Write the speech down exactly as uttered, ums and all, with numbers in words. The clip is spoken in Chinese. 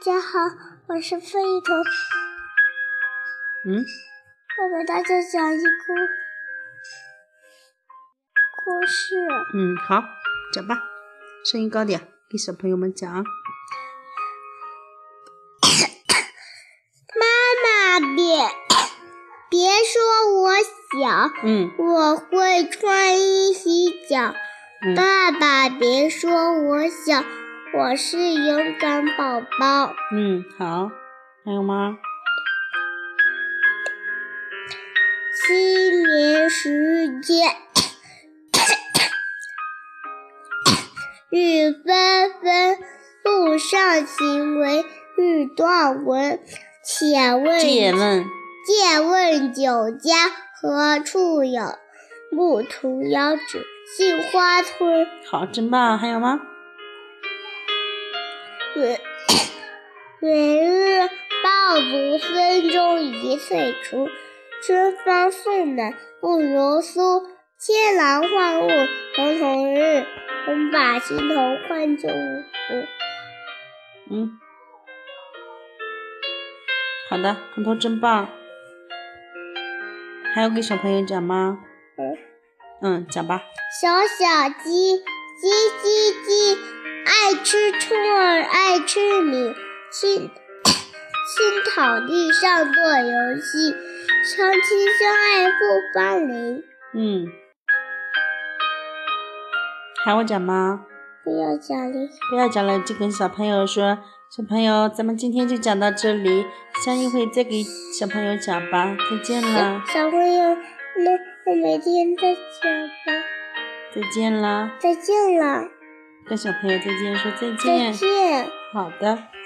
家好，我是费头。 嗯， 我给大家讲一个故事。 嗯，好，讲吧，声音高点，给小朋友们讲。 妈妈，别别说我小， 嗯， 我会穿衣洗脚。 嗯、 爸爸，别说我小，我是勇敢宝宝。 嗯，好，还有吗？ 七年时间，雨纷纷，路上行为欲断魂。且问借问， 借问酒家何处有？牧童遥指杏花村。 好，真棒，还有吗？ 每每日爆竹声中一岁除，春风送暖不如酥。千郎万物同同日，同把心头换旧物。 嗯，好的，彤彤真棒。还要给小朋友讲吗？ 嗯嗯，讲吧。 小小鸡，叽叽叽，爱吃兔儿爱吃米，青青草地上做游戏，相亲相爱不分离。 嗯，还要讲吗？ 不要讲了， 不要讲了，就跟小朋友说，小朋友，咱们今天就讲到这里，下一回再给小朋友讲吧，再见了。 小朋友，那那每天再讲吧。 再见了。 再见了。 跟小朋友再见，说再再见。 见。 好的。